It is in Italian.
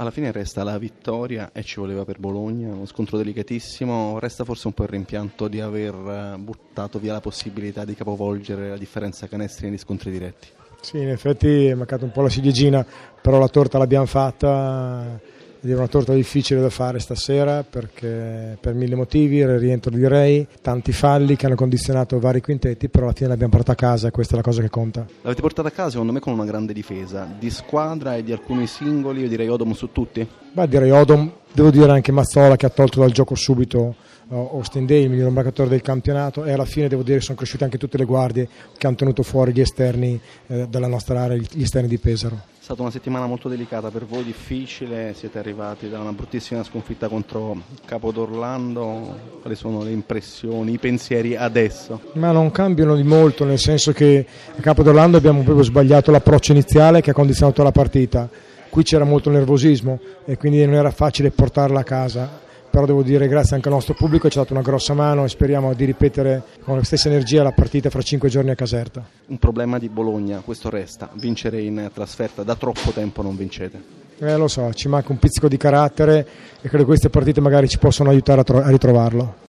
Alla fine resta la vittoria e ci voleva per Bologna, uno scontro delicatissimo, resta forse un po' il rimpianto di aver buttato via la possibilità di capovolgere la differenza canestri negli scontri diretti. Sì, in effetti è mancata un po' la ciliegina, però la torta l'abbiamo fatta. È una torta difficile da fare stasera perché per mille motivi, il rientro di Ray, tanti falli che hanno condizionato vari quintetti, però alla fine l'abbiamo portata a casa e questa è la cosa che conta. L'avete portata a casa secondo me con una grande difesa, di squadra e di alcuni singoli, io direi Odom su tutti. Direi Odom, devo dire anche Mazzola che ha tolto dal gioco subito Austin Day, il miglior marcatore del campionato, e alla fine devo dire che sono cresciute anche tutte le guardie che hanno tenuto fuori gli esterni dalla nostra area, gli esterni di Pesaro. È stata una settimana molto delicata per voi, difficile, siete arrivati da una bruttissima sconfitta contro Capodorlando, quali sono le impressioni, i pensieri adesso? Ma non cambiano di molto, nel senso che a Capodorlando abbiamo proprio sbagliato l'approccio iniziale che ha condizionato la partita, qui c'era molto nervosismo e quindi non era facile portarla a casa. Però devo dire grazie anche al nostro pubblico, ci ha dato una grossa mano e speriamo di ripetere con la stessa energia la partita fra 5 giorni a Caserta. Un problema di Bologna, questo resta, vincere in trasferta, da troppo tempo non vincete. Lo so, ci manca un pizzico di carattere e credo che queste partite magari ci possono aiutare a ritrovarlo.